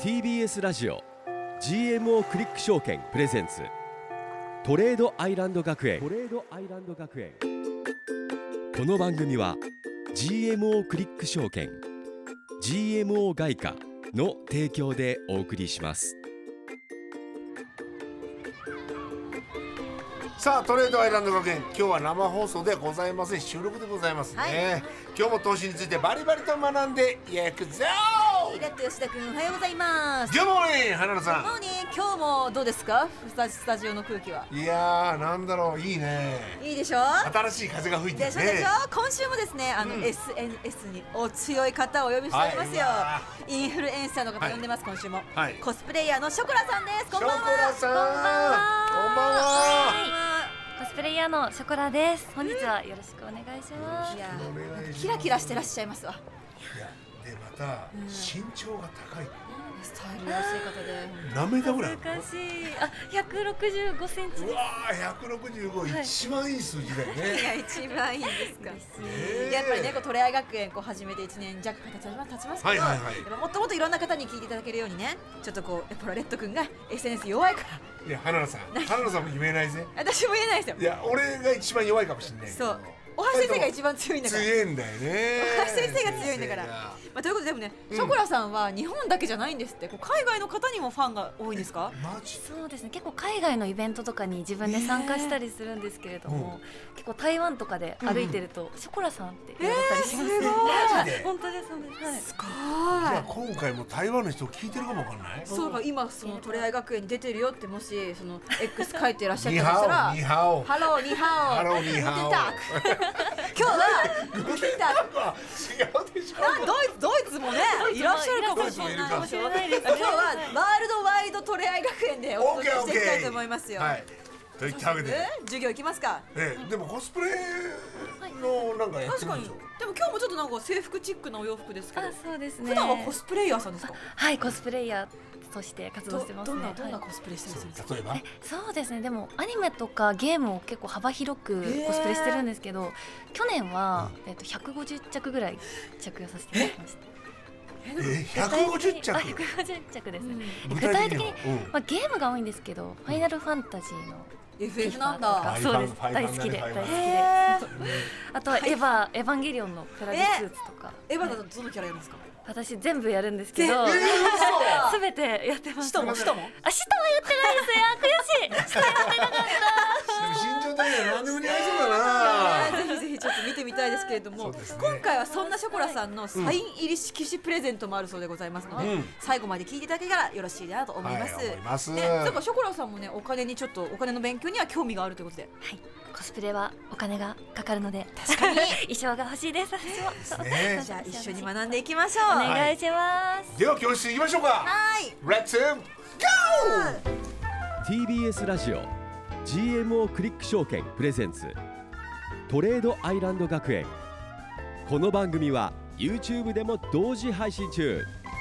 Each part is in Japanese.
TBS ラジオ GMO クリック証券プレゼンツトレードアイランド学園。この番組は GMO クリック証券 GMO 外貨の提供でお送りします。 さあトレードアイランド学園、今日は生放送ではございません。収録でございますね、今日も投資についてバリバリと学んでいくぞ。 レッド吉田君、おはようございます。 Good morning、花野さん。 Good morning。今日もどうですか、スタジオの空気は。 いやー、なんだろう、いいね。 いいでしょ。 新しい風が吹いてるね。 でしょ。今週もですね、SNS にお強い方をお呼びしておりますよ、インフルエンサーの方呼んでます、今週も、コスプレイヤーのショコラさんです。こんばんは。 ショコラさん、こんばんは。 コスプレイヤーのショコラです。本日はよろしくお願いします。 いや、キラキラしてらっしゃいますわ。 いや、でまた、身長が高い。 スタイルらしい方で。 何メーターぐらい？ 難しい。165センチです。 うわー、165、一番いい数字だよね。 いや、一番いいんですか。やっぱりね、トレアイ学園始めて1年弱経ちますけど、やっぱもっともっといろんな方に聞いていただけるようにね、ちょっとやっぱレッド君が SNS 弱いから。 いや、花野さんも言えないぜ。 私も言えないですよ。 いや、俺が一番弱いかもしれない。 そう、大橋先生が一番強いんだから。 強いんだよね。 大橋先生が強いんだから。ということで、でもね、ショコラさんは日本だけじゃないんですって。海外の方にもファンが多いんですか？ マジ？ そうですね、結構海外のイベントとかに自分で参加したりするんですけれども、結構台湾とかで歩いてると、ショコラさんって言われたりします。 マジで？ 本当です、本当です。 すごい。 じゃあ今回も台湾の人聞いてるかもわかんない？ そうか、今そのトレアイ学園に出てるよって、もしその X 書いてらっしゃったとしたら、 ニハオ、 ハローニハオ、 ハローニハオ。 今日はグテタ違うでしょ。 ドイツもね、いらっしゃるかもしれない。今日はワールドワイドトレアイ学園でお届けしていきたいと思いますよ。 はい。といったわけで、 授業行きますか。 でもコスプレのなんかやってるでしょ。 でも今日もちょっとなんか制服チックなお洋服ですけど。 そうですね。 普段はコスプレイヤーさんですか？ はい、コスプレイヤーとして活動してますね。 どんなコスプレしてるんですか？ 例えば？ そうですね、でもアニメとかゲームを結構幅広くコスプレしてるんですけど、去年は150着ぐらい着用させていただきました。 150着。 150着ですね。具体的にゲームが多いんですけど、ファイナルファンタジーの FF なんだ。 そうです、大好きで。あとはエヴァンゲリオンのプラジスーツとか。 エヴァだとどのキャラやるんですか？ 私全部やるんですけど、すべてやってます。 使徒も？ あ、使徒はやってないです。悔しい。使徒やってなかった。 身長大な、何でも似合いそうだな。 ぜひぜひちょっと見てみたいですけれども、今回はそんなショコラさんのサイン入り色紙プレゼントもあるそうでございますので、最後まで聞いていただけたらよろしいなと思います。だからショコラさんもね、お金の勉強には興味があるということで。 はい、コスプレはお金がかかるので、確かに衣装が欲しいです。 じゃあ一緒に学んでいきましょう。 お願いします。 では教室行きましょうか。 はい。 Let's go! TBS ラジオ GMO クリック証券プレゼンツトレードアイランド学園。この番組は YouTube でも同時配信中。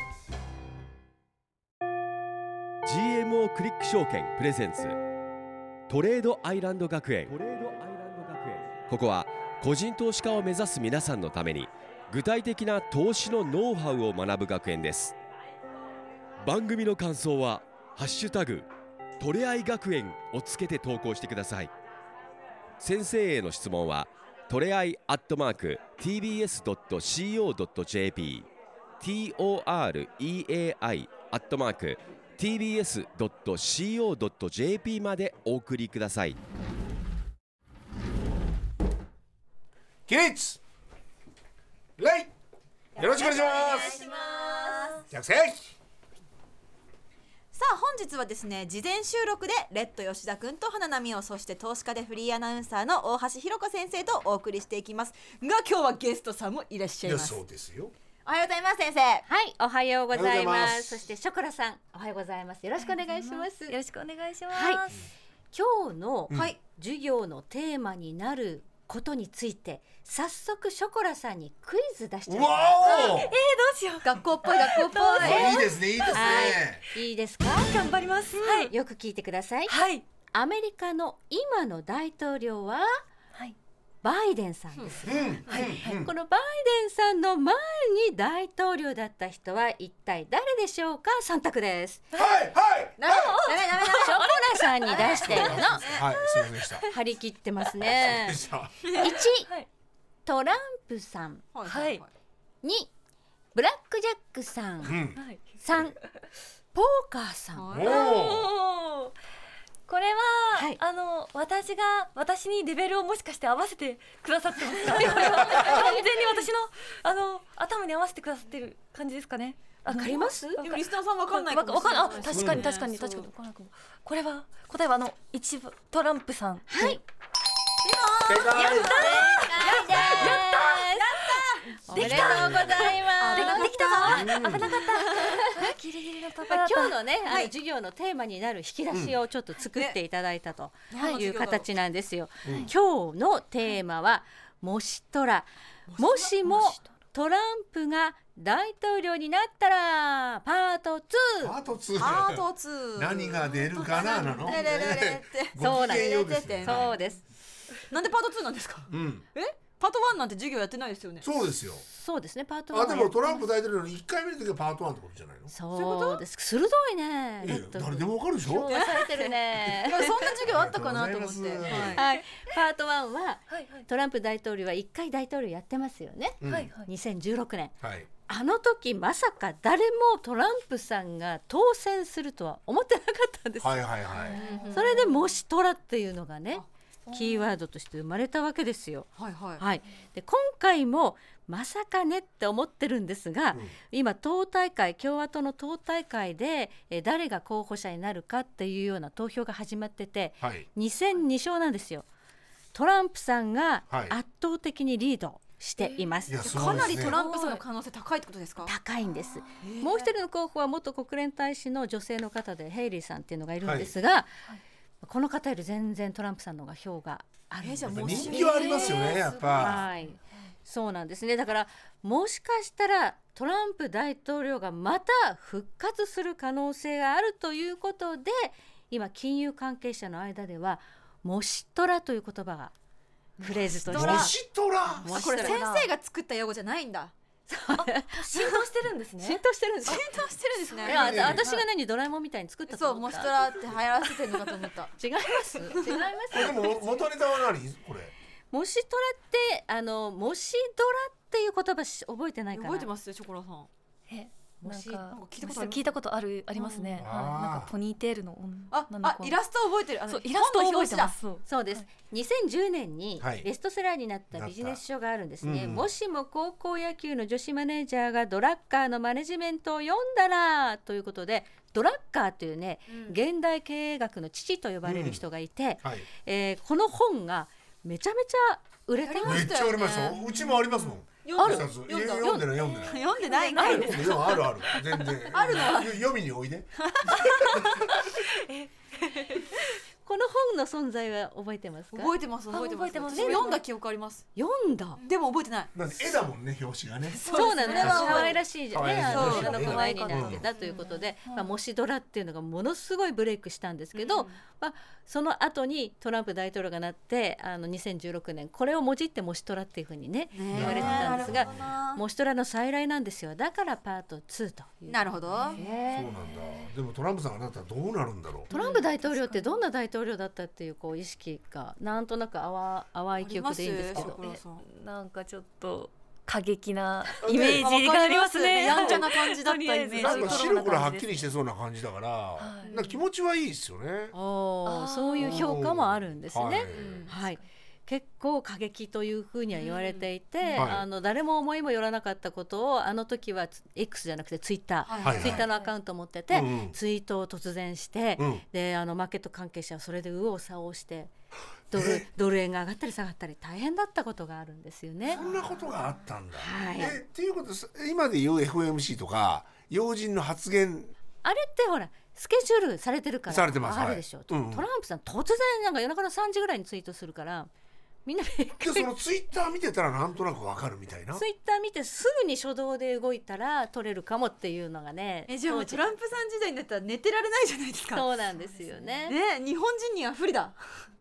GMO クリック証券プレゼンツトレードアイランド学園。ここは個人投資家を目指す皆さんのために具体的な投資のノウハウを学ぶ学園です。番組の感想はハッシュタグトレアイ学園をつけて投稿してください。先生への質問はトレアイ@tbs.co.jp toreai@tbs.co.jp までお送りください。 起立礼、よろしくお願いします。着席。 さあ、本日はですね、事前収録でレッド吉田くんと花奈美桜、そして投資家でフリーアナウンサーの大橋ひろ子先生とお送りしていきますが、今日はゲストさんもいらっしゃいます。 そうですよ。 おはようございます、先生。 はい、おはようございます。そしてショコラさん、おはようございます。よろしくお願いします。 よろしくお願いします。 はい、今日の、授業のテーマになることについて、早速ショコラさんにクイズ出してみます。 わお。 どうしよう。 学校っぽい。 いいですね、いいですね。 いいですか？ 頑張ります。 はい、よく聞いてください。 はい。 アメリカの今の大統領は、 バイデンさんです。 うんうんうん。 このバイデンさんの前に大統領だった人は一体誰でしょうか。3択です。 はいはい。 ダメショコラさんに出してるの。 はいすいませんでした。 張り切ってますね。 でした 1、トランプさん。 はい 2、ブラックジャックさん。 うん。 3、ポーカーさん。 おお。 おーこれは、 はい私にレベルをもしかして合わせてくださってますか完全に私の頭に合わせてくださってる感じですかね。 わかります？ でもリスナーさんわかんないかもしれない。 確かに確かにそうわかんないかも。これは答えは一部トランプさん。 はい。 正解。 やったおめでとうございます。 できたぞ。危なかった。ギリギリのところだった。 今日のね、授業のテーマになる引き出しをちょっと作っていただいたという形なんですよ。今日のテーマはもしトラ。もしもトランプが大統領になったらパート2。 パート2。 パート2。 何が出るかななの。 レレレレってそうなんでごきげんようですね。 そうです。 なんでパート2なんですか。 うん。 パート1なんて授業やってないですよね。 そうですよ。 そうですね。パート1。 あでもトランプ大統領の1回目の時はパート1ってことじゃないの。 そうです。鋭いね。 誰でもわかるでしょ。 評価されてるね。 そんな授業あったかなと思って。 はい。パート1ははいトランプ大統領は1回大統領やってますよね。 うんはいはい。 2016年。 はい。 あの時まさか誰もトランプさんが当選するとは思ってなかったんですよ。 はいはいはい。 それでもしトラっていうのがねキーワードとして生まれたわけですよ。 はいはい。 はい、で今回もまさかねって思ってるんですが、今党大会共和党の党大会で誰が候補者になるかっていうような投票が始まってて、 はい。 2戦2勝なんですよ。トランプさんがはい圧倒的にリードしています。 いやすごかいですね。 なりトランプさんの可能性高いってことですか。 高いんです。もう一人の候補は元国連大使の女性の方でヘイリーさんっていうのがいるんですが、この方より全然トランプさんの方が票があるんです。 じゃあもう人気はありますよねやっぱ。 はい、そうなんですね。だからもしかしたらトランプ大統領がまた復活する可能性があるということで、今金融関係者の間ではもしトラという言葉がフレーズとしてもしトラ。 これ先生が作った用語じゃないんだ。 浸透してるんですね。 浸透してるんですよ。 浸透してるんですね。 いや私が何ドラえもんみたいに作ったとそう、 思った。 モシトラって流行らせてるのかと思った。 違います違いますでも元ネタは何これ。 もしトラってもしドラっていう言葉覚えてないかな。 覚えてますショコラさん。 なんかなんか聞いたことありますね。 あーなんかポニーテールのあ女の子。 イラスト覚えてる。 そうイラストを覚えてます。 そうです。2010年にはいベストセラーになったビジネス書があるんですね。 うんもしも高校野球の女子マネージャーがドラッカーのマネジメントを読んだらということで、ドラッカーというね、現代経営学の父と呼ばれる人がいて、 はい。 この本がめちゃめちゃ売れたんです。 めっちゃありますよ。うちもありますもん。 読んだ読んでない。 読んでないんかい。 ある全然。あるのは読みにおいで。 この本の存在は覚えてますか？ 覚えてます覚えてます。 覚えてます私も読んだ記憶あります。 読んだ。 でも覚えてない。 なんで絵だもんね表紙がね。 そうなんです。可愛らしいね、 可愛らしい女の子の絵になってたということで、もしドラっていうのがものすごいブレイクしたんですけど、その後にトランプ大統領がなって2016年これをもじってもしトラっていうふうにね言われてたんですが、もしトラの再来なんですよ。だからパート2という。 なるほど。 そうなんだ。でもトランプさんがなったらどうなるんだろう。 トランプ大統領ってどんな大統領だったっていうこう意識がなんとなく淡い記憶でいいんですけど、 なんかちょっと過激なイメージがありますね。 やんちゃな感じだったイメージ。 なんか白黒はっきりしてそうな感じだからなんか気持ちはいいですよね。 そういう評価もあるんですね。 はい。 結構過激というふうには言われていて、誰も思いもよらなかったことを時は X じゃなくてツイッターのアカウントを持ってて、ツイートを突然して、でマーケット関係者はそれで右往左往してドル円が上がったり下がったり大変だったことがあるんですよね。 そんなことがあったんだ。っていうことです今で言う FOMC とか要人の発言あれってほらスケジュールされてるからされてます。 あるでしょ。トランプさん突然なんか夜中の3時ぐらいにツイートするからみんなびっくり。 でそのツイッター見てたらなんとなくわかるみたいな。 ツイッター見てすぐに初動で動いたら取れるかもっていうのがね。 じゃあもうトランプさん時代になったら寝てられないじゃないですか。 そうなんですよね。 ね日本人には不利だ。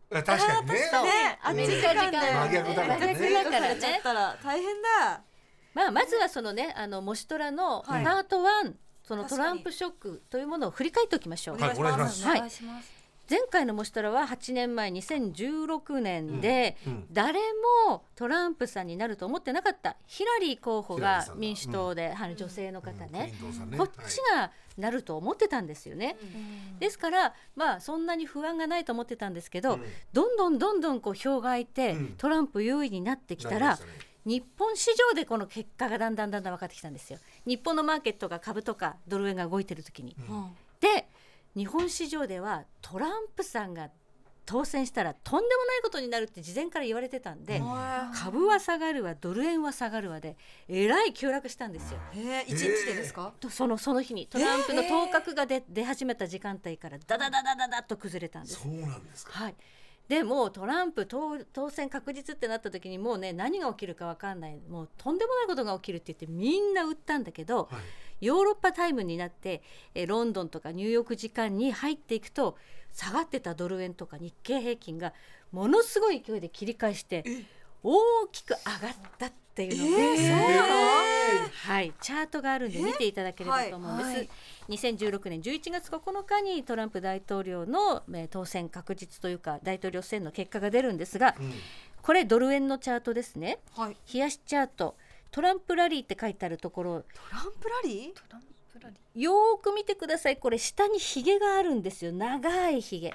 確かにね。 あっち時間で真逆だからね。 だからね。大変だ。 まずはそのねモシトラのパート1、そのトランプショックというものを振り返っておきましょう。 お願いします。 お願いします。 前回のモシトラは8年前2016年で、誰もトランプさんになると思ってなかったヒラリー候補が民主党で、女性の方ね、こっちがなると思ってたんですよね。ですからそんなに不安がないと思ってたんですけど、どんどんこう票が開いて、トランプ優位になってきたら、日本市場でこの結果がだんだん分かってきたんですよ。日本のマーケットが株とかドル円が動いてる時に、で日本市場ではトランプさんが当選したらとんでもないことになるって事前から言われてたんで、株は下がるわドル円は下がるわでえらい急落したんですよ。 1日でですか？ その日にトランプの頭角が出始めた時間帯からダダッと崩れたんです。 そうなんですか。 はい。でもうトランプ当選確実ってなった時にもうね何が起きるか分かんない、もうとんでもないことが起きるって言ってみんな売ったんだけど、ヨーロッパタイムになってロンドンとかニューヨーク時間に入っていくと下がってたドル円とか日経平均がものすごい勢いで切り返して大きく上がったっていうので、そうなの？はい、チャートがあるんで見ていただければと思うんです。2016年11月9日にトランプ大統領の当選確実というか大統領選の結果が出るんですが、これドル円のチャートですね。冷やしチャート、トランプラリーって書いてあるところ、 トランプラリー？ よーく見てください。これ下にヒゲがあるんですよ。長いヒゲ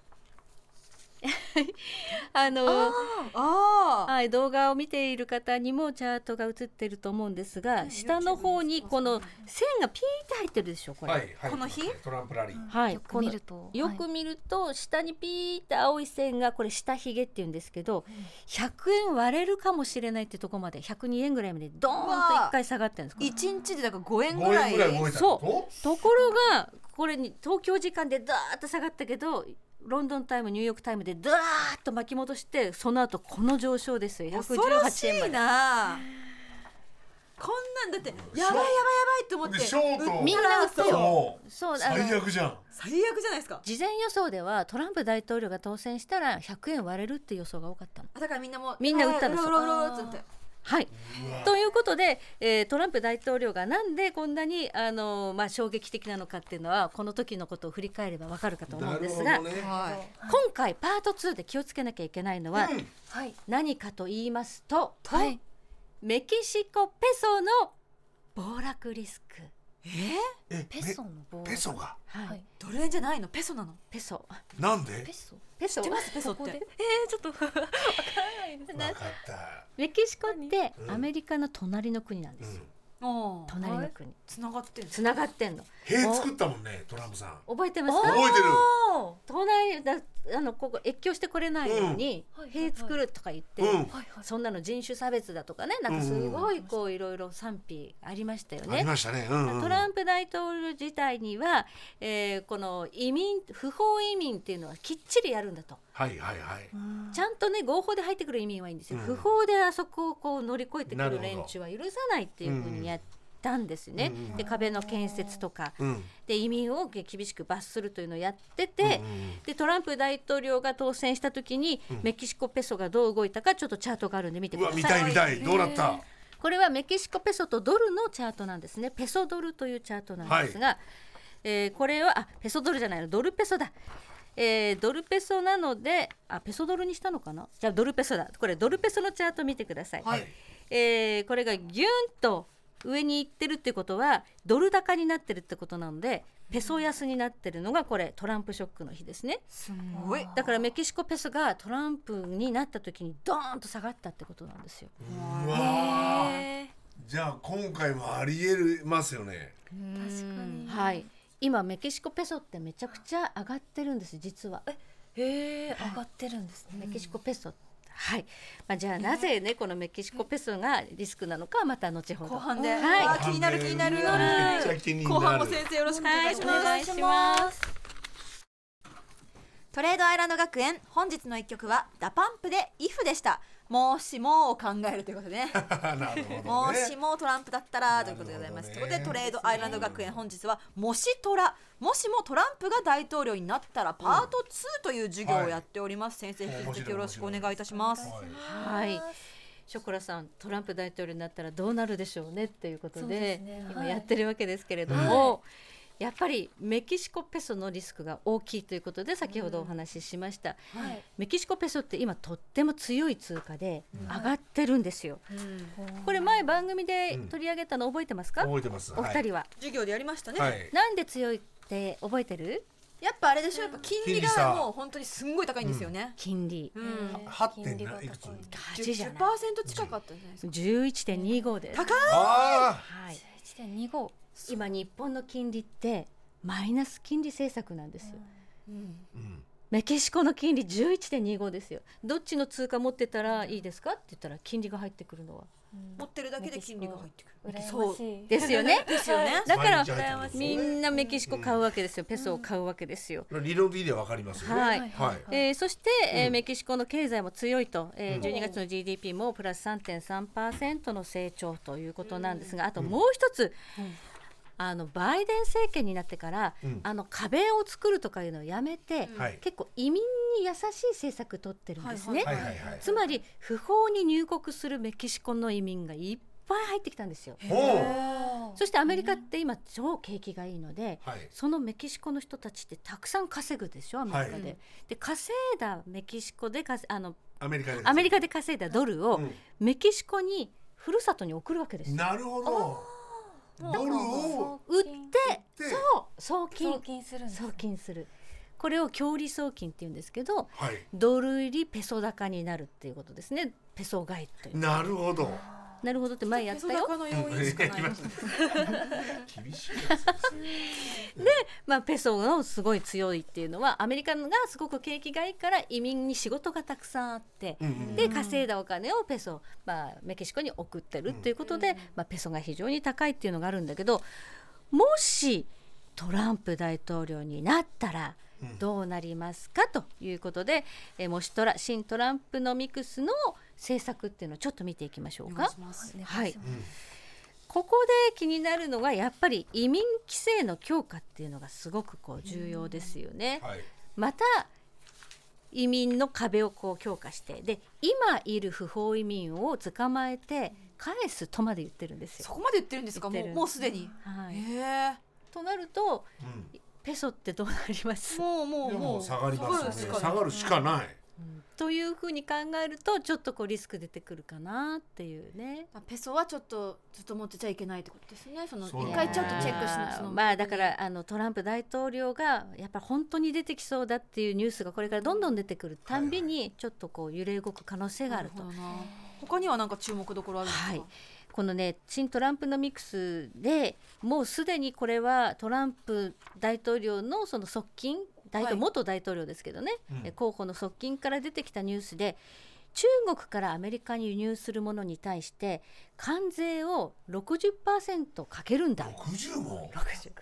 はい、動画を見ている方にもチャートが映っていると思うんですが、下の方にこの線がピーって入ってるでしょこれ、 この日トランプラリー、 はい、 よく見ると下にピーって青い線がこれ下ヒゲっていうんですけど、100円割れるかもしれないってとこまで102円ぐらいまでドーンと1回下がってるんです。 1日でだから5円ぐらいそうところがこれに東京時間でダーッと下がったけど、ロンドンタイムニューヨークタイムでダーッと巻き戻して、その後この上昇ですよ。118円まで。 恐ろしいな。こんなんだってやばいと思ってショートみんな売ったよ。 そう最悪じゃん。 最悪じゃないですか。 事前予想ではトランプ大統領が当選したら100円割れるって予想が多かったの。 だからみんな売ったんですよ。はい、ということで、トランプ大統領がなんでこんなに衝撃的なのかっていうのはこの時のことを振り返れば分かるかと思うんですが、今回パート2で気をつけなきゃいけないのは、何かと言いますと、メキシコペソの暴落リスク。 ペソの暴落。 ペソが、 ドル円じゃないの？ペソなの？ ペソなんで？ ペソ知ってます？ペソってちょっと分からないです。 分かった。 メキシコってアメリカの隣の国なんですよ。隣の国つながってんの。 塀作ったもんね、トランプさん。 覚えてますか？ 覚えてる。 隣だここ越境してこれないように塀作るとか言って、そんなの人種差別だとかね、なんかすごいこういろいろ賛否ありましたよね。 ありましたね。 トランプ大統領自体には、この不法移民っていうのはきっちりやるんだと。ちゃんとね合法で入ってくる移民はいいんですよ。不法であそこをこう乗り越えてくる連中は許さないっていうふうにやったんですね。で壁の建設とか、で移民を厳しく罰するというのをやってて、でトランプ大統領が当選した時に、メキシコペソがどう動いたかちょっとチャートがあるんで見てください。 見たい。どうなった？ これはメキシコペソとドルのチャートなんですね。ペソドルというチャートなんですが、これはペソドルじゃないの、ドルペソだ。ドルペソなのでペソドルにしたのかな。じゃあドルペソだ。これドルペソのチャート見てください。これがギュンと上に行ってるってことはドル高になってるってことなので、ペソ安になってるのがこれトランプショックの日ですね。 すごい。 だからメキシコペソがトランプになった時にドーンと下がったってことなんですよ。 じゃあ今回もありえますよね。 確かに。 はい、今メキシコペソってめちゃくちゃ上がってるんです実は。 上がってるんですね。 メキシコペソ。はい、じゃあなぜねこのメキシコペソがリスクなのかはまた後ほど後半で、気になるめっちゃ気になる。 後半も先生よろしくお願いします。 お願いします。 トレードアイランド学園、本日の一曲はダパンプで IF でした。 もしもを考えるということでねなるほどね。 もしもトランプだったらということでございます。ということでトレードアイランド学園本日はもしトラ、もしもトランプが大統領になったらパート2という授業をやっております。先生引き続きよろしくお願いいたします。 はい、ショコラさん、トランプ大統領になったらどうなるでしょうねっていうことで今やってるわけですけれども、やっぱりメキシコペソのリスクが大きいということで先ほどお話ししました、メキシコペソって今とっても強い通貨で上がってるんですよ、これ前番組で取り上げたの覚えてますか？ 覚えてます。 お二人は、 授業でやりましたね、 なんで強いって覚えてる？ やっぱあれでしょ、やっぱ金利がもう本当にすんごい高いんですよね、 金利、 8. 点いくつ 8じゃない、 10% 近かったじゃないですか。 11.25 です。 高い。 はい、 11.25。 今日本の金利ってマイナス金利政策なんですよ、メキシコの金利 11.25 ですよ。どっちの通貨持ってたらいいですかって言ったら金利が入ってくるのは、 持ってるだけで金利が入ってくる。 羨ましいですよねですよね。 だからみみんなメキシコ買うわけですよ、ペソを買うわけですよ、 理論的でわかりますよね。 はいそして、メキシコの経済も強いと、12月の GDP もプラス 3.3% の成長ということなんですが、あともう一つ、バイデン政権になってから、壁を作るとかいうのをやめて、結構移民に優しい政策取ってるんですね。つまり不法に入国するメキシコの移民がいっぱい入ってきたんですよ。そしてアメリカって今超景気がいいので、そのメキシコの人たちってたくさん稼ぐでしょ、アメリカで。で稼いだメキシコでアメリカで稼いだドルをメキシコにふるさとに送るわけですよ。 なるほど。ドルを売って送金するんです。 送金する。これを強利送金って言うんですけど、 はい、 ドル入りペソ高になるっていうことですね。ペソ買いという。 なるほど。 なるほどって前やったよ。 ペソ高の要因しかない。 厳しいやつですね。 で、ペソがすごい強いっていうのはアメリカがすごく景気がいいから移民に仕事がたくさんあって、で稼いだお金をペソ、メキシコに送ってるっていうことで、ペソが非常に高いっていうのがあるんだけど、もしトランプ大統領になったらどうなりますかということで、もし新トランプノミクスの政策っていうのをちょっと見ていきましょうか。はい、ここで気になるのがやっぱり移民規制の強化っていうのがすごく重要ですよね。また移民の壁を強化して、で今いる不法移民を捕まえて返すとまで言ってるんですよ。 そこまで言ってるんですか？もうすでに。 となると、ペソってどうなります？ もう下がりますよね。下がるしかない。 というふうに考えるとちょっとリスク出てくるかなっていうね。 ペソはちょっとずっと持ってちゃいけないってことですね。一回ちょっとチェックしない。 だからトランプ大統領がやっぱり本当に出てきそうだっていうニュースがこれからどんどん出てくるたんびにちょっと揺れ動く可能性があると。 他には何か注目どころあるんですか？ このね、新トランプノミクスでもうすでにこれはトランプ大統領のその側近、元大統領ですけどね、候補の側近から出てきたニュースで、中国からアメリカに輸入するものに対して関税を 60% かけるんだ。 60も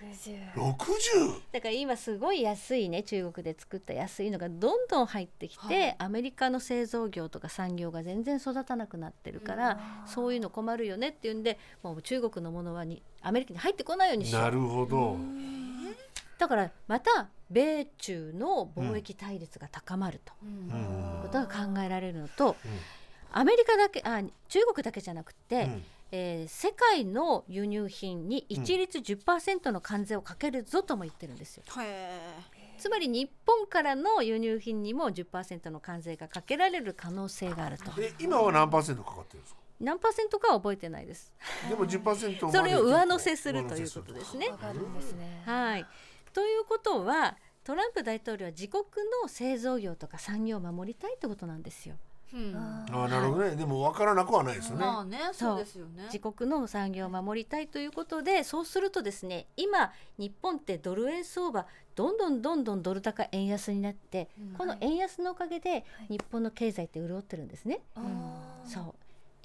60? だから今すごい安いね、中国で作った安いのがどんどん入ってきて、アメリカの製造業とか産業が全然育たなくなってるから、そういうの困るよねっていうんで、もう中国のものはアメリカに入ってこないようにしよう。 なるほど。 だからまた米中の貿易対立が高まるということが考えられるのと、アメリカだけ中国だけじゃなくて、世界の輸入品に一律 10% の関税をかけるぞとも言ってるんですよ。つまり日本からの輸入品にも 10% の関税がかけられる可能性があると。 今は何%かかってるんですか？ 何パーセントかは覚えてないです。 でも 10% までそれを上乗せするということですね。はい。ということはトランプ大統領は自国の製造業とか産業を守りたいってことなんですよ。 なるほどね。でも分からなくはないですよね。 そうですよね。 自国の産業を守りたいということで、そうするとですね、今日本ってドル円相場どんどんドル高円安になって、この円安のおかげで日本の経済って潤ってるんですね。そう、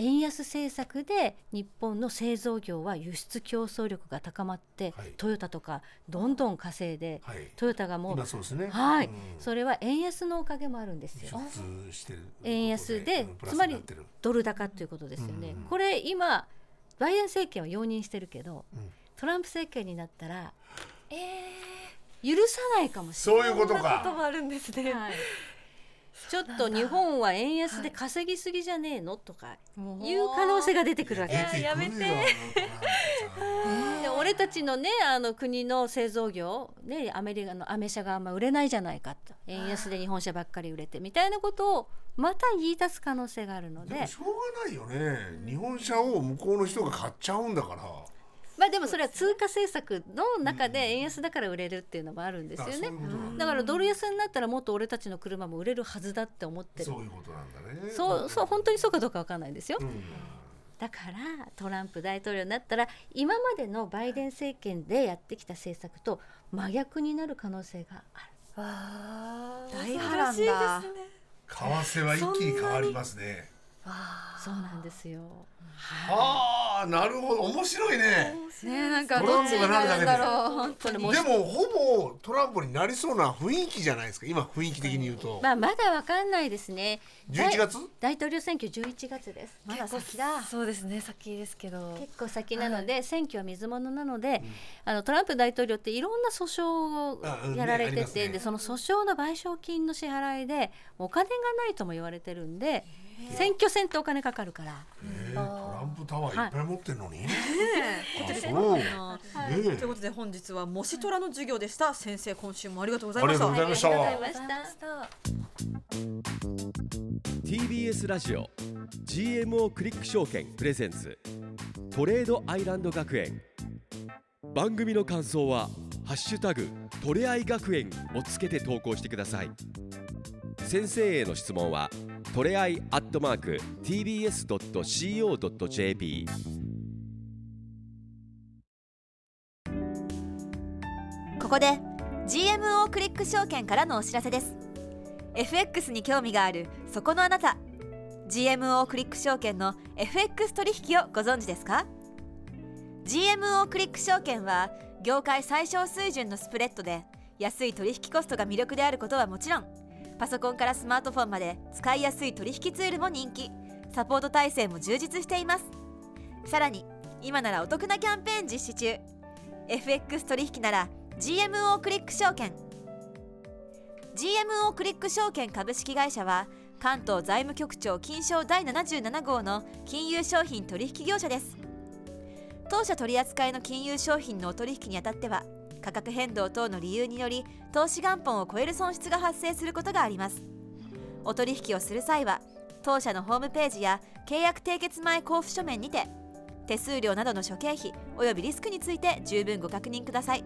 円安政策で日本の製造業は輸出競争力が高まって、はい、トヨタとかどんどん稼いで、はい、トヨタがもう今そうですね、はい、それは円安のおかげもあるんですよ。円安でつまりドル高ということですよね。これ今バイデン政権は容認してるけど、トランプ政権になったら、許さないかもしれない。 そういうことか。 そんなこともあるんですね、 はい、ちょっと日本は円安で稼ぎすぎじゃねえのとかいう可能性が出てくるわけです。 やめてで俺たちのね国の製造業、ね、アメリカのアメ車があんま売れないじゃないかと、円安で日本車ばっかり売れてみたいなことをまた言い出す可能性があるの でもしょうがないよね。日本車を向こうの人が買っちゃうんだから。 まあでもそれは通貨政策の中で円安だから売れるっていうのもあるんですよね。だからドル安になったらもっと俺たちの車も売れるはずだって思ってる。 そういうことなんだね。 そう本当にそうかどうか分かんないですよ、だからトランプ大統領になったら今までのバイデン政権でやってきた政策と真逆になる可能性がある。 大波乱だ。 為替は一気に変わりますね。 そうなんですよ。 はあ、なるほど、面白いね。 ね、なんかどっちになるんだろう。本当に。 でもほぼトランプになりそうな雰囲気じゃないですか。今雰囲気的に言うと。 まだわかんないですね。 11月？ 大統領選挙11月です。 まだ先だ。 そうですね、先ですけど。 結構先なので、選挙は水物なので、トランプ大統領っていろんな訴訟をやられてて、でその訴訟の賠償金の支払いでお金がないとも言われてるんで。選挙戦ってお金かかるから。 トランプタワーいっぱい持ってるのに。 ということで本日はもしトラの授業でした。先生今週もありがとうございました。 ありがとうございました。 TBS ラジオ GMO クリック証券プレゼンツトレードアイランド学園。番組の感想はハッシュタグトレアイ学園をつけて投稿してください。先生への質問はトレアイ@tbs.co.jp。 ここで GMO クリック証券からのお知らせです。 FX に興味があるそこのあなた、 GMO クリック証券の FX 取引をご存知ですか？ GMO クリック証券は業界最小水準のスプレッドで安い取引コストが魅力であることはもちろん、パソコンからスマートフォンまで使いやすい取引ツールも人気、サポート体制も充実しています。さらに今ならお得なキャンペーン実施中。 FX 取引なら GMO クリック証券。 GMO クリック証券株式会社は関東財務局長金賞第77号の金融商品取引業者です。当社取扱いの金融商品のお取引にあたっては価格変動等の理由により投資元本を超える損失が発生することがあります。お取引をする際は当社のホームページや契約締結前交付書面にて手数料などの諸経費およびリスクについて十分ご確認ください。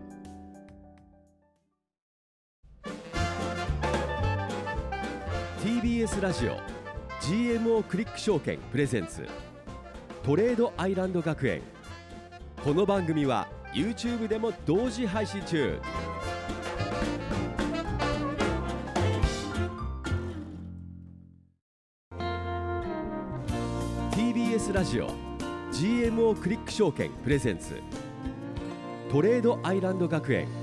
TBS ラジオ GMO クリック証券プレゼンツトレードアイランド学園。この番組は YouTube でも同時配信中。TBS ラジオ GMO クリック証券プレゼンツトレードアイランド学園。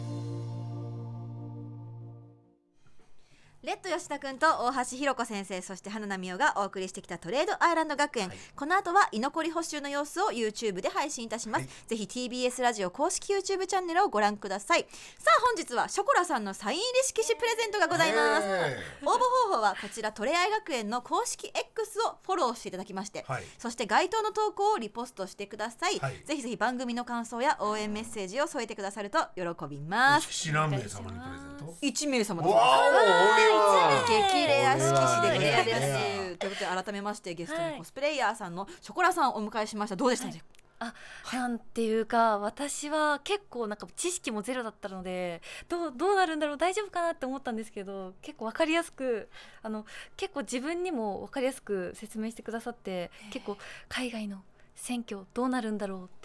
レッド吉田くんと大橋ひろ子先生、そして花奈美桜がお送りしてきたトレードアイランド学園、この後は居残り補習の様子を YouTube で配信いたします、ぜひ TBS ラジオ公式 YouTube チャンネルをご覧ください。さあ本日はショコラさんのサイン入り色紙プレゼントがございます。応募方法はこちらトレアイ学園の公式 X をフォローしていただきまして、そして該当の投稿をリポストしてください、ぜひぜひ番組の感想や応援メッセージを添えてくださると喜びます。 何名様にプレゼント ？1名様です。激レア色紙でございます。ということで改めましてゲストにコスプレイヤーさんのショコラさんをお迎えしました。どうでしたか？ なんていうか私は結構なんか知識もゼロだったのでどうなるんだろう大丈夫かなって思ったんですけど、結構分かりやすく結構自分にも分かりやすく説明してくださって、結構海外の選挙どうなるんだろうって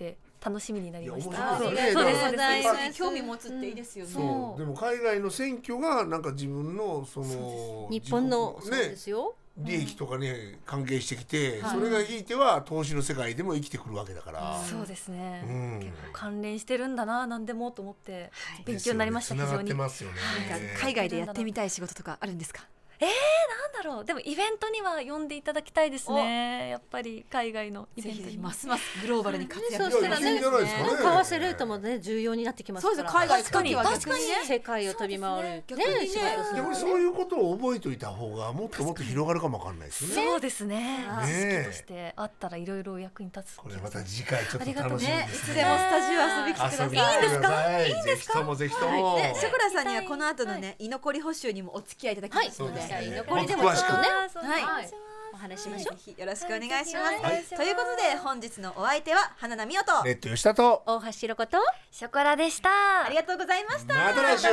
楽しみになりました。 そうですね。興味持つっていいですよね。 そうでも海外の選挙がなんか自分のその日本のそうですよ。 利益とかね関係してきて、それがひいては投資の世界でも生きてくるわけだから。 そうですね。結構関連してるんだな、何でもと思って勉強になりました。非常に。 海外でやってみたい仕事とかあるんですか？ なんだろう。でもイベントには呼んでいただきたいですね。やっぱり海外のイベントにますますグローバルに活躍。 そうしたらね、為替レートもね重要になってきますから。 海外確かに世界を飛び回るね仕事。 逆にそういうことを覚えておいた方がもっともっと広がるかもわかんないですよね。 そうですね。知識としてあったらいろいろ役に立つ。 これまた次回ちょっと楽しみですね。 いつでもスタジオ遊び来てください。 いいんですか？いいんですか？ぜひともぜひとも。 ショコラさんにはこの後のね居残り補修にもお付き合いいただきますので、 居残りでも詳しくね、 お話しましょう。 よろしくお願いします。ということで本日のお相手は花奈美代とレッド吉田と大橋ひろ子とショコラでした。 ありがとうございました。 また来週。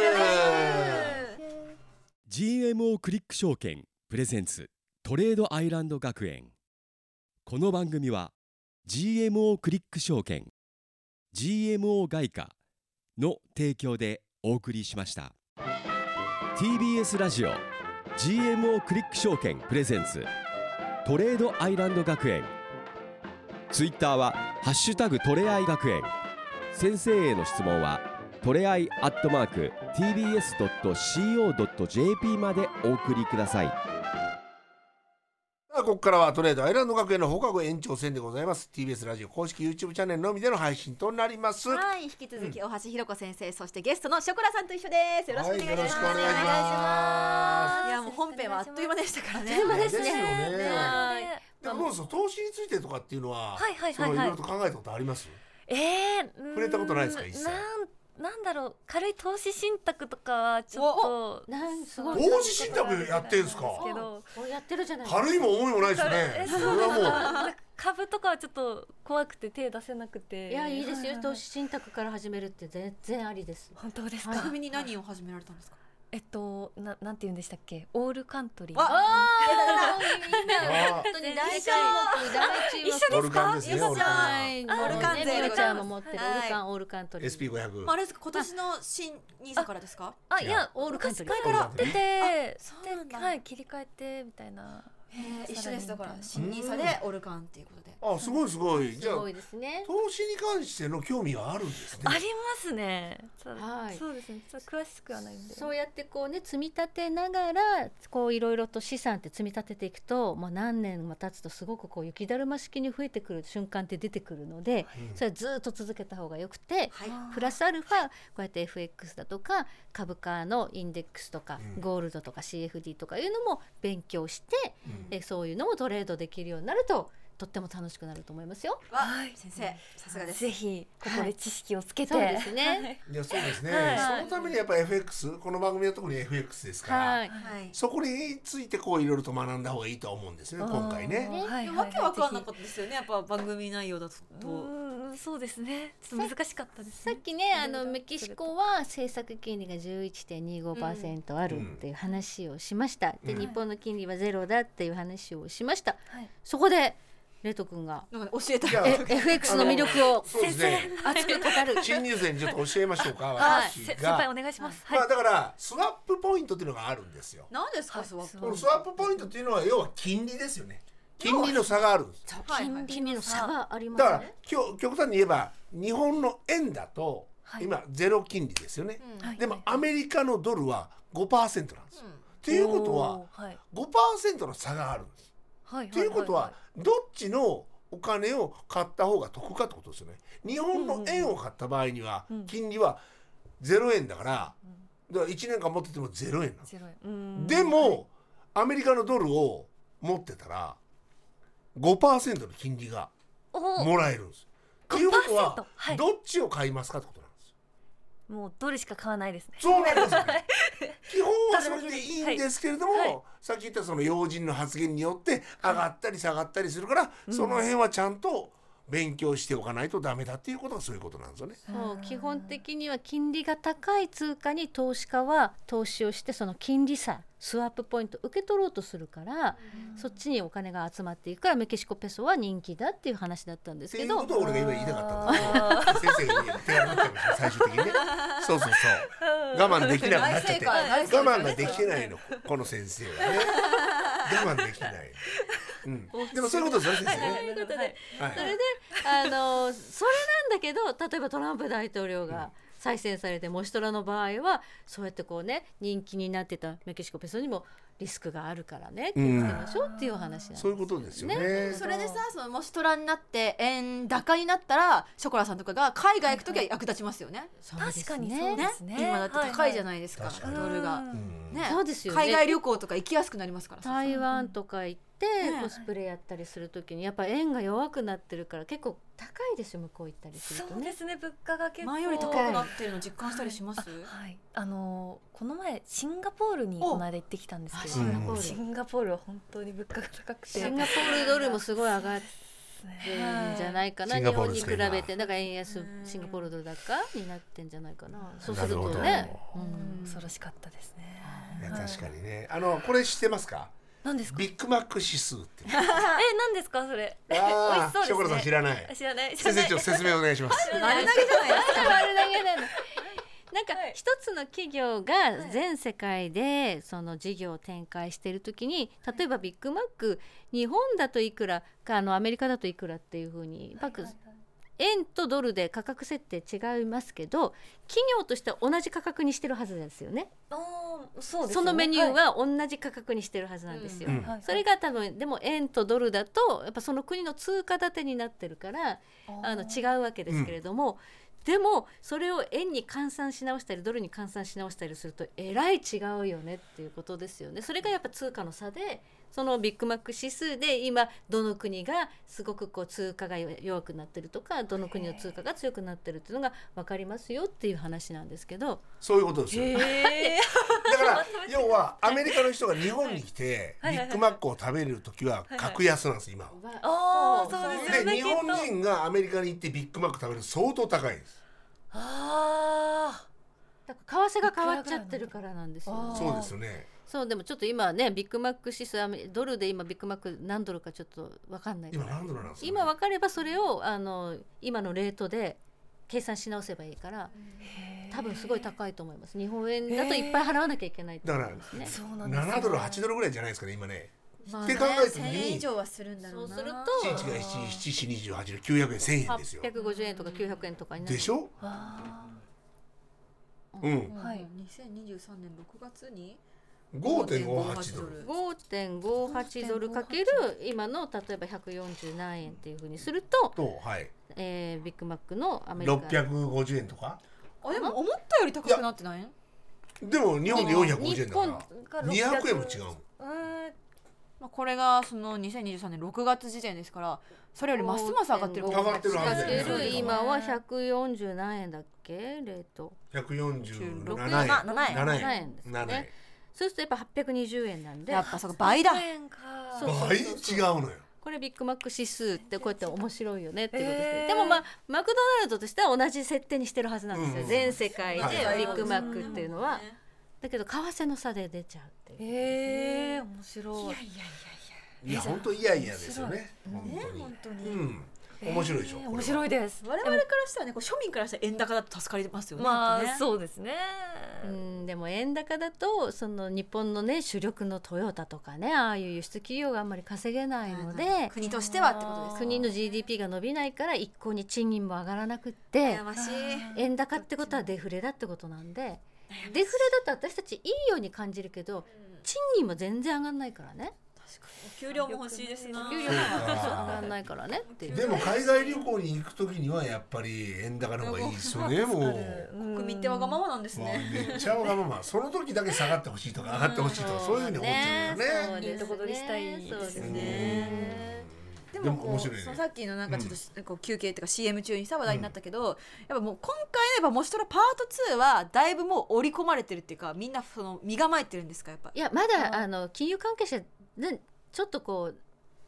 GMO クリック証券プレゼンツトレードアイランド学園。この番組は GMO クリック証券 GMO 外貨の提供でお送りしました。 TBS ラジオ GMO クリック証券プレゼンツトレードアイランド学園。ツイッターはハッシュタグトレアイ学園。先生への質問はトレアイ@tbs.co.jp までお送りください。 ここからはトレードアイランド学園の放課後延長戦でございます。 TBS ラジオ公式 YouTube チャンネルのみでの配信となります。 はい、引き続き大橋ひろ子先生、そしてゲストのショコラさんと一緒です。よろしくお願いします。 よろしくお願いします。 いやもう本編はあっという間でしたからね。 あっという間ですね。 ですよね。でもそう投資についてとかっていうのは、いろいろと考えたことあります？触れたことないですか？一切。 なんだろう、軽い投資信託とかはちょっとすごい投資信託やってんすか？ やってるじゃない。 軽いも重いもないですね。それはもう株とかはちょっと怖くて手出せなくて。 いやいいですよ。投資信託から始めるって全然ありです。 本当ですか？ ちなみに何を始められたんですか？ なんて言うんでしたっけ、オールカントリー。 本当に大注目。 一緒ですか？ オールカンですね。オールカン。 オールカンね、みおちゃんも持ってるオールカントリー。 SP500。 あれですか？今年の新ニーサからですか？ いやオールカントリー。 昔から持ってて、 そうなんだ。 はい、切り替えてみたいな。 一緒です。だから新ニーサでオールカンっていうことで。 あ、すごいすごい。じゃあすごいですね。 投資に関しての興味があるんですね。 ありますね。 はい。 そうですね。詳しくはないんで。 そうやってこうね積み立てながらこういろいろと資産って積み立てていくと、何年も経つとすごくこう雪だるま式に増えてくる瞬間って出てくるので、それはずっと続けた方がよくて、プラスアルファこうやって FX だとか株価のインデックスとか、ゴールドとか CFD とかいうのも勉強して、そういうのもトレードできるようになるととっても楽しくなると思いますよ。 はい、先生、さすがです。 ぜひここで知識をつけて、 そうですね。 いやそうですね。そのためにやっぱり FX、この番組は特に FX ですから、そこについてこういろいろと学んだ方がいいと思うんですね。今回ね。 わけわかんなかったですよね。やっぱ番組内容だと。 そうですね。ちょっと難しかったです。 さっきねメキシコは政策金利が 11.25% あるっていう話をしました。で日本の金利はゼロだっていう話をしました。そこでレト君が教えた FX の魅力を先生熱く語る。 新入生にちょっと教えましょうか。 先輩お願いします。 だからスワップポイントっていうのがあるんですよ。 何ですかスワップ？ このスワップポイントっていうのは要は金利ですよね。金利の差があるんです。 金利の差がありますね。 だから極端に言えば日本の円だと今ゼロ金利ですよね。でもアメリカのドルは 5% なんですよ。っていうことは 5% の差があるんです。っていうことはどっちのお金を買った方が得かってことですよね。日本の円を買った場合には金利は0円だから1年間持ってても0円なんです。でもアメリカのドルを持ってたら 5% の金利がもらえるんです。っていうことはどっちを買いますかってことなんです。 もうドルしか買わないですね。 そうなんですよね。基本はそれでいいんですけれども、さっき言ったその要人の発言によって上がったり下がったりするから、その辺はちゃんと勉強しておかないとダメだっていうことがそういうことなんですよね。 そう基本的には金利が高い通貨に投資家は投資をしてその金利差スワップポイントを受け取ろうとするから、そっちにお金が集まっていくからメキシコペソは人気だっていう話だったんですけど、 っていうことを俺が今言いたかったんですけど先生が手がなっちゃいました最終的にねそう我慢できなくなっちゃって我慢ができないのこの先生はね我慢できない、でもそういうことですよ先生ね。 それでそれなんだけど、例えばトランプ大統領が再選されてモシトラの場合はそうやってこうね人気になってたメキシコペソにもリスクがあるからね気をつけましょうっていう話なんです、 そういうことですよね。 それでさ、そのモシトラになって円高になったらショコラさんとかが海外行くときは役立ちますよね。 確かにそうですね。 今だって高いじゃないですか、ドルが、 そうですよね。 海外旅行とか行きやすくなりますから。 台湾とか行ってコスプレやったりするときにやっぱ円が弱くなってるから結構高いですよ向こう行ったりするとね。 そうですね、物価が結構前より高くなってるの実感したりします？ はい、この前シンガポールにこの間行ってきたんですけど、シンガポールは本当に物価が高くて、 シンガポールドルもすごい上がってるんじゃないかな、日本に比べて。だから円安シンガポールドル高になってんじゃないかな。そうするとね、 恐ろしかったですね。 いや確かにね。これ知ってますか？ 何ですか？ ビッグマック指数って。 何ですかそれ？美味しそうですね。 ショコラさん知らない。 知らない。 先生ちょっと説明お願いします。 丸投げじゃないですか。 丸投げなの。なんか一つの企業が全世界でその事業を展開しているときに、例えばビッグマック日本だといくらかアメリカだといくらっていうふうに円とドルで価格設定違いますけど、企業としては同じ価格にしてるはずですよね。 そうですよね。 そのメニューは同じ価格にしてるはずなんですよ、それが多分でも円とドルだとやっぱその国の通貨建てになってるから違うわけですけれども、でもそれを円に換算し直したりドルに換算し直したりするとえらい違うよねっていうことですよね。それがやっぱ通貨の差で、そのビッグマック指数で今どの国がすごくこう通貨が弱くなってるとか、どの国の通貨が強くなってるっていうのが分かりますよっていう話なんですけど、 そういうことですよ。だから要はアメリカの人が日本に来てビッグマックを食べるときは格安なんです今は。 そうですよね。 で日本人がアメリカに行ってビッグマック食べると相当高いです。 だから為替が変わっちゃってるからなんですよ。 そうですよね。 そうでもちょっと今ねビッグマック指数ドルで今ビッグマック何ドルかちょっと分かんないから、 今何ドルなんですかね。 今分かればそれを今のレートで計算し直せばいいから、多分すごい高いと思います。日本円だといっぱい払わなきゃいけないと思いますね。 だから7ドル8ドルぐらいじゃないですかね今ね、って考えた時に 1000円以上はするんだろうな。 そうすると 1日が7、7、28で900円1000円ですよ。 850円とか900円とかになるでしょ。 2023年6月に 5.58 ドル 5.58 ドルかける今の例えば140何円っていうふうにすると、ビッグマックのアメリカ 650円とか。 でも思ったより高くなってない？ でも日本で450円だから200円も違う。 これがその2023年6月時点ですから、それよりますます上がってる。 上がってるはずかける今は140何円だっけレート。 147 7円ですね。そうするとやっぱ820円なんで、 やっぱそこ倍だ。 倍違うのよ。 これビッグマック指数ってこうやって面白いよねっていうことですね。でもマクドナルドとしては同じ設定にしてるはずなんですよ、全世界でビッグマックっていうのは。だけど為替の差で出ちゃうっていう。 面白い。 いや本当いやいやですよね。本当に。面白いでしょ。 面白いです。 我々からしたらね、庶民からしたら円高だと助かりますよね。 そうですね。 でも円高だとその日本のね主力のトヨタとかね、ああいう輸出企業があんまり稼げないので、 国としてはってことです。 国の GDP が伸びないから一向に賃金も上がらなくって、円高ってことはデフレだってことなんで、デフレだと私たちいいように感じるけど賃金も全然上がんないからね。 お給料も欲しいですな。 お給料も上がんないからねっていう。 でも海外旅行に行くときにはやっぱり円高の方がいいですよね。もう国民ってわがままなんですね。 めっちゃわがまま。その時だけ下がってほしいとか上がってほしいとか、そういうふうに思っちゃうよね。 いいとこ取りしたいですね。でもこうさっきのなんかちょっと休憩っていうか CM 中にさ話題になったけど、やっぱもう今回のモシトラパート2はだいぶもう織り込まれてるっていうか、みんなその身構えてるんですかやっぱ。 いやまだ金融関係者でちょっとこう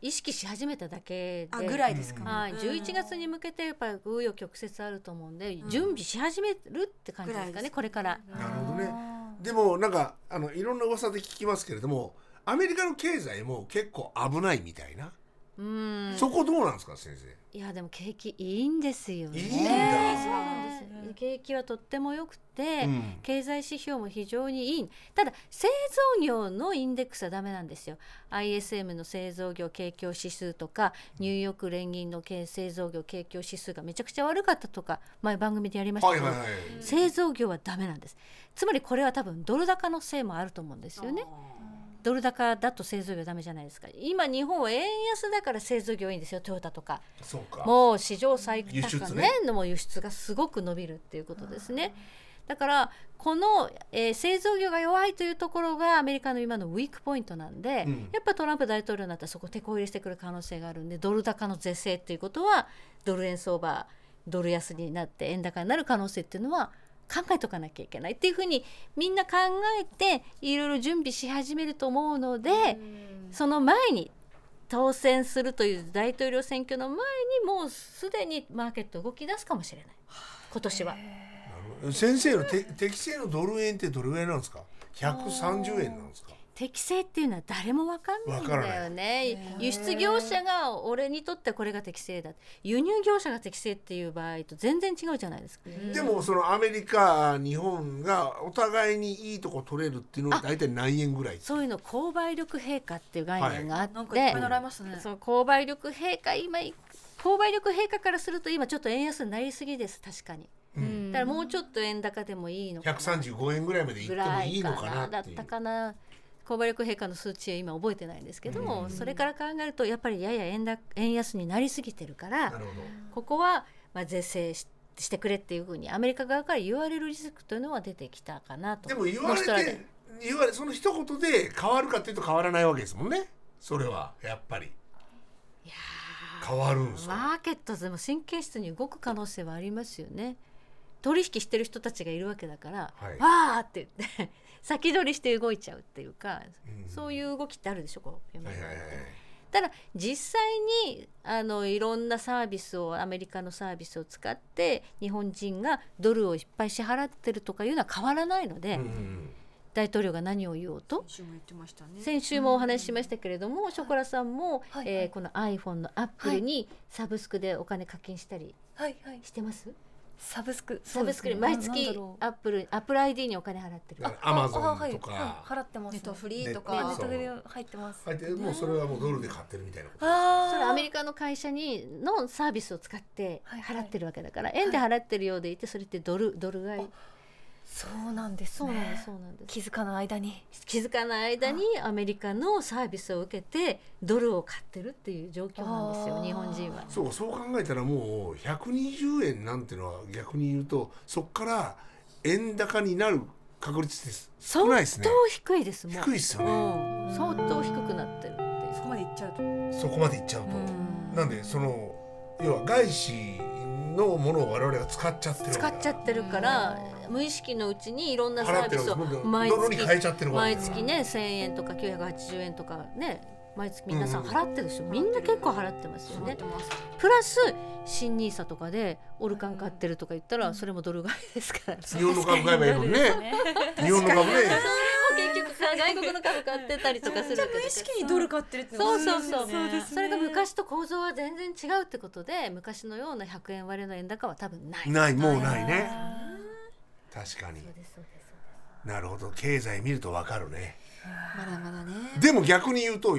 意識し始めただけでぐらいですか、 はい、11月に向けてやっぱり紆余曲折あると思うんで、準備し始めるって感じですかね、これから。 なるほどね。でもなんかいろんな噂で聞きますけれども、アメリカの経済も結構危ないみたいな。そこどうなんですか先生。 いやでも景気いいんですよね。 いいんだ。 そうなんです。景気はとっても良くて、経済指標も非常にいい。ただ製造業のインデックスはダメなんですよ。 ISM の製造業景況指数とかニューヨーク連銀の製造業景況指数がめちゃくちゃ悪かったとか前番組でやりましたけど、製造業はダメなんです。つまりこれは多分ドル高のせいもあると思うんですよね。ドル高だと製造業ダメじゃないですか。今日本は円安だから製造業いいんですよ。トヨタとかもう史上最高値の輸出がすごく伸びるっていうことですね。だからこの、製造業が弱いというところがアメリカの今のウィークポイントなんで、やっぱトランプ大統領になったらそこ手こ入れしてくる可能性があるんで、ドル高の是正っていうことはドル円相場ドル安になって円高になる可能性っていうのは考えとかなきゃいけないっていうふうにみんな考えていろいろ準備し始めると思うので、その前に当選するという大統領選挙の前にもうすでにマーケット動き出すかもしれない今年は。 先生の適正のドル円ってどれぐらいなんですか。130円なんですか。 適正っていうのは誰も分かんないんだよね。輸出業者が俺にとってこれが適正だ、輸入業者が適正っていう場合と全然違うじゃないですか。 でもそのアメリカ日本がお互いにいいとこ取れるっていうのは大体何円ぐらい。 そういうの購買力陛下っていう概念があって、 なんかいっぱい習いますね。 その購買力陛下購買力陛下からすると今ちょっと円安になりすぎです。確かに、だからもうちょっと円高でもいいのかな、 135円ぐらいまでいってもいいのかなっていう。 だったかな。購買力陛下の数値は今覚えてないんですけども、それから考えるとやっぱりやや円安になりすぎてるから、ここは是正してくれっていうふうにアメリカ側から言われるリスクというのは出てきたかなと。 でも言われその一言で変わるかっていうと変わらないわけですもんね。それはやっぱりいや変わるんですか。 マーケットでも神経質に動く可能性はありますよね。取引してる人たちがいるわけだから、わーって言って先取りして動いちゃうっていうか、そういう動きってあるでしょこう。ただ実際にいろんなサービスをアメリカのサービスを使って日本人がドルをいっぱい支払ってるとかいうのは変わらないので、大統領が何を言おうと、先週もお話ししましたけれども、ショコラさんも、この iPhone のアップルにサブスクでお金課金したりしてます？ サブスクに毎月アップル ID にお金払ってる。 アマゾンとか払ってます。 ネットフリーとかネットフリー入ってます。 もうそれはもうドルで買ってるみたいなことです。それアメリカの会社のサービスを使って払ってるわけだから、円で払ってるようでいて、それってドル買い。 そうなんですね。気づかない間にアメリカのサービスを受けてドルを買ってるっていう状況なんですよ、日本人は。 そう考えたらもう120円なんてのは逆に言うとそこから円高になる確率です少ないですね。 相当低いです。もう低いですよね、 相当低くなってるっていう。 そこまでいっちゃうとなんで要は外資のものを我々が使っちゃってるから無意識のうちにいろんなサービスを毎月ね1000円とか980円とかね毎月皆さん払ってるでしょ。みんな結構払ってますよね。プラス新ニーサとかでオルカン買ってるとか言ったらそれもドル買いですから。 日本の株買えばいいのにね。日本の株ね。 結局外国の株買ってたりとかするわけで、 無意識にドル買ってるってそうそれが昔と構造は全然違うってことで、昔のような100円割れの円高は多分ないもうないね。確かに。なるほど、経済見ると分かるね。 まだまだね。 でも逆に言うと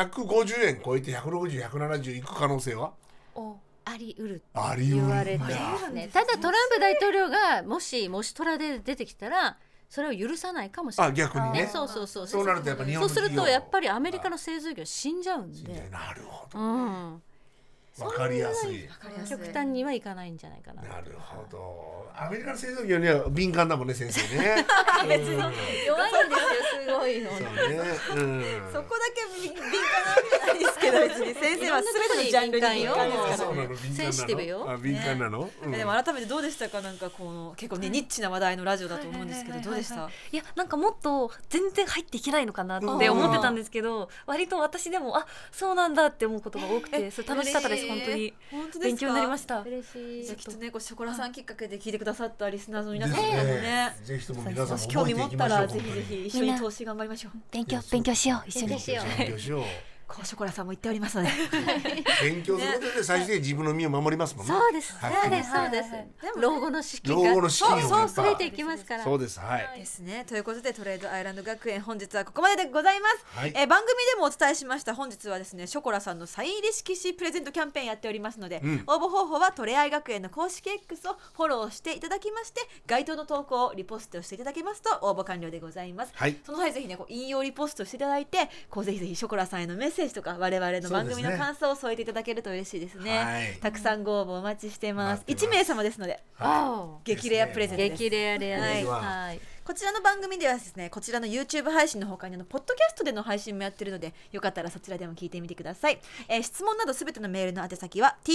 150円超えて160、170いく可能性はあり得るって言われてますね。ただトランプ大統領がもしトラで出てきたらそれを許さないかもしれない。 逆にね。 そうなるとやっぱ日本のそうするとやっぱりアメリカの製造業死んじゃうんで。 なるほど。分かりやすい。 極端にはいかないんじゃないかな。 なるほど。アメリカの製造業には敏感だもんね先生ね。 別に弱いんですよすごいの。 そこだけ敏感なわけじゃないですけど、別に先生は全てのジャンルに敏感ですからね。 センシティブよ。 敏感なの。 でも改めてどうでしたか。なんかこの結構ねニッチな話題のラジオだと思うんですけど、どうでした？ いやなんかもっと全然入っていけないのかなって思ってたんですけど、割と私でもそうなんだって思うことが多くて、それ楽しかったです。本当に勉強になりました。 嬉しい。 じゃあきっとね、ショコラさんきっかけで聞いてくださったリスナーの皆さんもね、 ぜひとも皆さんも興味持ったらぜひぜひ一緒に投資頑張りましょう。 勉強しよう。一緒にしよう。 こうショコラさんも言っておりますので勉強することで最終的に自分の身を守りますもんね。 そうです、そうです。老後の資金が増えていきますから。 そうです、はいですね。ということでトレードアイランド学園、本日はここまででございます。番組でもお伝えしました、本日はですねショコラさんのサイン入り色紙プレゼントキャンペーンやっておりますので、応募方法はトレアイ学園の公式 X をフォローしていただきまして、該当の投稿をリポストしていただけますと応募完了でございます。その際ぜひね引用リポストしていただいて、ぜひぜひショコラさんへのメッセージとか我々の番組の感想を添えていただけると嬉しいですね。たくさんご応募お待ちしてます。1名様ですので、激レアプレゼントです。 激レアレアです。 はい。こちらの番組ではですね、こちらの YouTube 配信の他にポッドキャストでの配信もやってるので、よかったらそちらでも聞いてみてください。質問などすべてのメールの宛先は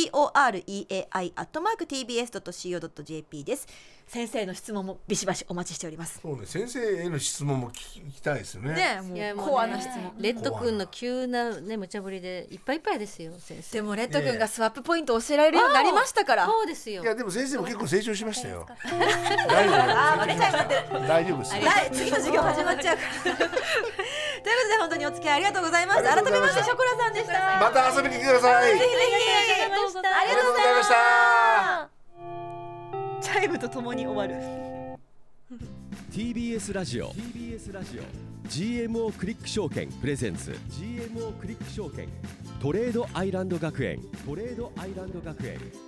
toreai@tbs.co.jp です。先生の質問もビシバシお待ちしております。 そうね、先生への質問も聞きたいですよね。 ね、もうコアな質問。 レッド君の急なね無茶ぶりでいっぱいいっぱいですよ先生。 でもレッド君がスワップポイントを教えられるようになりましたから。 そうですよ。 いやでも先生も結構成長しましたよ。 バレちゃいまってる。 大丈夫です。 次の授業始まっちゃうからということで本当にお付き合いありがとうございます。改めましてショコラさんでした。 また遊びに来てください。 ぜひぜひ。 ありがとうございました。 チャイムとともに終わる。 TBS ラジオ GMO クリック証券プレゼンツ GMO クリック証券トレードアイランド学園